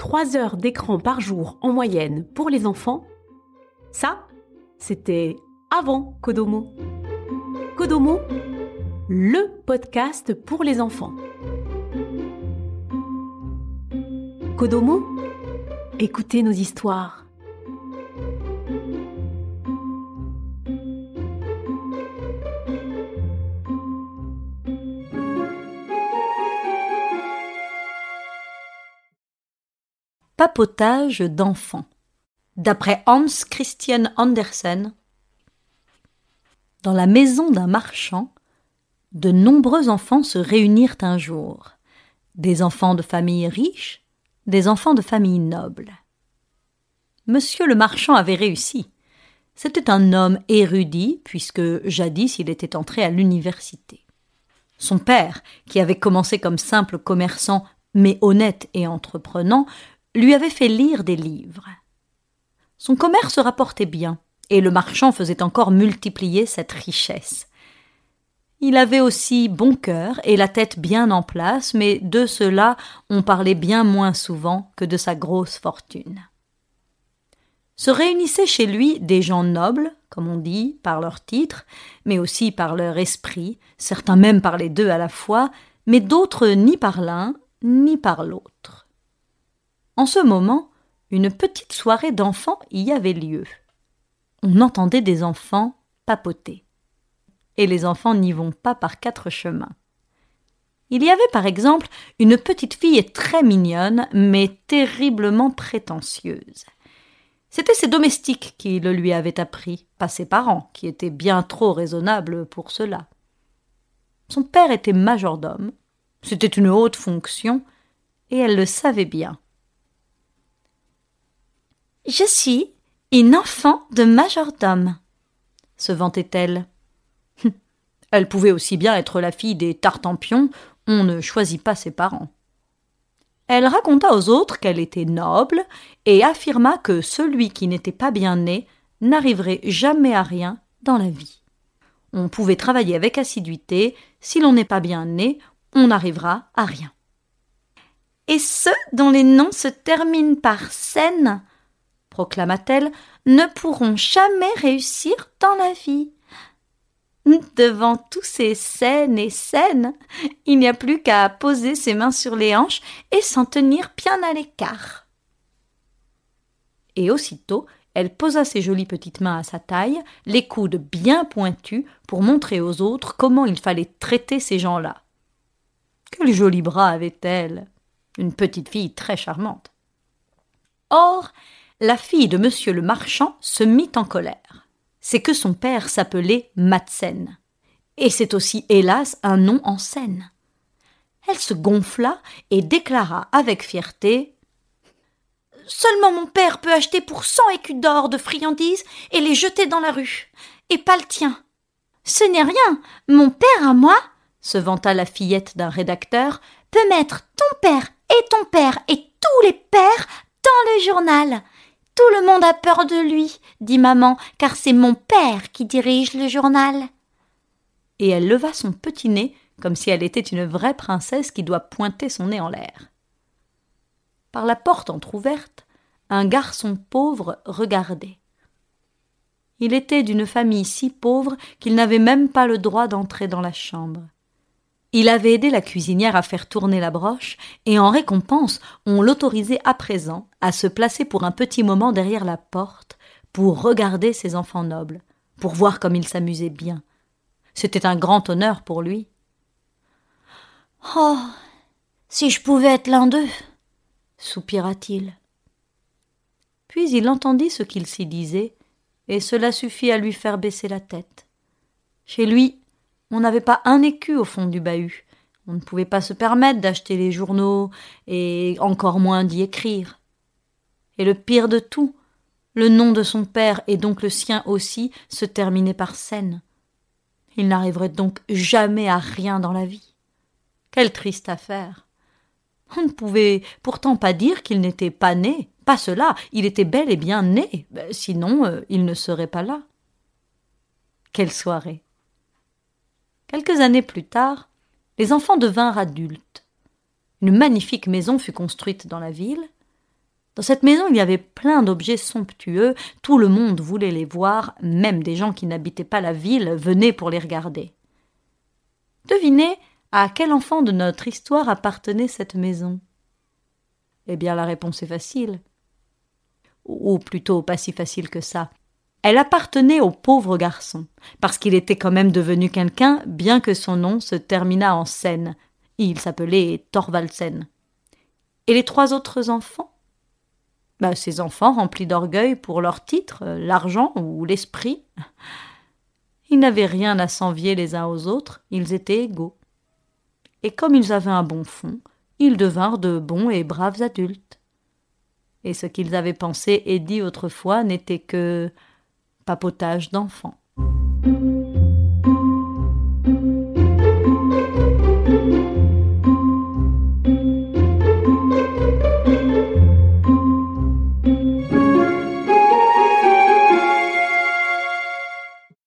3 heures d'écran par jour en moyenne pour les enfants, ça, c'était avant Kodomo. Kodomo, le podcast pour les enfants. Kodomo, écoutez nos histoires. Papotage d'enfants. D'après Hans Christian Andersen, dans la maison d'un marchand, de nombreux enfants se réunirent un jour. Des enfants de familles riches, des enfants de familles nobles. Monsieur le marchand avait réussi. C'était un homme érudit, puisque jadis il était entré à l'université. Son père, qui avait commencé comme simple commerçant, mais honnête et entreprenant, lui avait fait lire des livres. Son commerce rapportait bien, et le marchand faisait encore multiplier cette richesse. Il avait aussi bon cœur et la tête bien en place, mais de cela on parlait bien moins souvent que de sa grosse fortune. Se réunissaient chez lui des gens nobles, comme on dit, par leur titre, mais aussi par leur esprit, certains même par les deux à la fois, mais d'autres ni par l'un ni par l'autre. En ce moment, une petite soirée d'enfants y avait lieu. On entendait des enfants papoter. Et les enfants n'y vont pas par 4 chemins. Il y avait par exemple une petite fille très mignonne, mais terriblement prétentieuse. C'étaient ses domestiques qui le lui avaient appris, pas ses parents, qui étaient bien trop raisonnables pour cela. Son père était majordome, c'était une haute fonction, et elle le savait bien. « Je suis une enfant de majordome », se vantait-elle. Elle pouvait aussi bien être la fille des Tartampions, on ne choisit pas ses parents. Elle raconta aux autres qu'elle était noble et affirma que celui qui n'était pas bien né n'arriverait jamais à rien dans la vie. On pouvait travailler avec assiduité, si l'on n'est pas bien né, on n'arrivera à rien. Et ceux dont les noms se terminent par Sen, proclama-t-elle, ne pourront jamais réussir dans la vie. Devant tous ces scènes et scènes, il n'y a plus qu'à poser ses mains sur les hanches et s'en tenir bien à l'écart. Et aussitôt, elle posa ses jolies petites mains à sa taille, les coudes bien pointus, pour montrer aux autres comment il fallait traiter ces gens-là. Quels jolis bras avait-elle! Une petite fille très charmante. Or, la fille de monsieur le marchand se mit en colère. C'est que son père s'appelait Madsen. Et c'est aussi, hélas, un nom en scène. Elle se gonfla et déclara avec fierté « Seulement mon père peut acheter pour 100 écus d'or de friandises et les jeter dans la rue, et pas le tien. »« Ce n'est rien, mon père à moi, » se vanta la fillette d'un rédacteur, « peut mettre ton père et tous les pères dans le journal. » « Tout le monde a peur de lui, dit maman, car c'est mon père qui dirige le journal. » Et elle leva son petit nez comme si elle était une vraie princesse qui doit pointer son nez en l'air. Par la porte entr'ouverte, un garçon pauvre regardait. Il était d'une famille si pauvre qu'il n'avait même pas le droit d'entrer dans la chambre. Il avait aidé la cuisinière à faire tourner la broche, et en récompense, on l'autorisait à présent à se placer pour un petit moment derrière la porte, pour regarder ses enfants nobles, pour voir comme ils s'amusaient bien. C'était un grand honneur pour lui. « Oh, si je pouvais être l'un d'eux !» soupira-t-il. Puis il entendit ce qu'il s'y disait, et cela suffit à lui faire baisser la tête. Chez lui, on n'avait pas un écu au fond du bahut. On ne pouvait pas se permettre d'acheter les journaux et encore moins d'y écrire. Et le pire de tout, le nom de son père et donc le sien aussi se terminait par Sen. Il n'arriverait donc jamais à rien dans la vie. Quelle triste affaire! On ne pouvait pourtant pas dire qu'il n'était pas né. Pas cela, il était bel et bien né. Sinon, il ne serait pas là. Quelle soirée! Quelques années plus tard, les enfants devinrent adultes. Une magnifique maison fut construite dans la ville. Dans cette maison, il y avait plein d'objets somptueux, tout le monde voulait les voir, même des gens qui n'habitaient pas la ville venaient pour les regarder. Devinez à quel enfant de notre histoire appartenait cette maison? Eh bien, la réponse est facile. Ou plutôt pas si facile que ça. Elle appartenait au pauvre garçon, parce qu'il était quand même devenu quelqu'un, bien que son nom se terminât en Sen. Il s'appelait Thorvaldsen. Et les 3 autres enfants? Ces enfants remplis d'orgueil pour leur titre, l'argent ou l'esprit. Ils n'avaient rien à s'envier les uns aux autres, ils étaient égaux. Et comme ils avaient un bon fond, ils devinrent de bons et braves adultes. Et ce qu'ils avaient pensé et dit autrefois n'était que papotage d'enfants.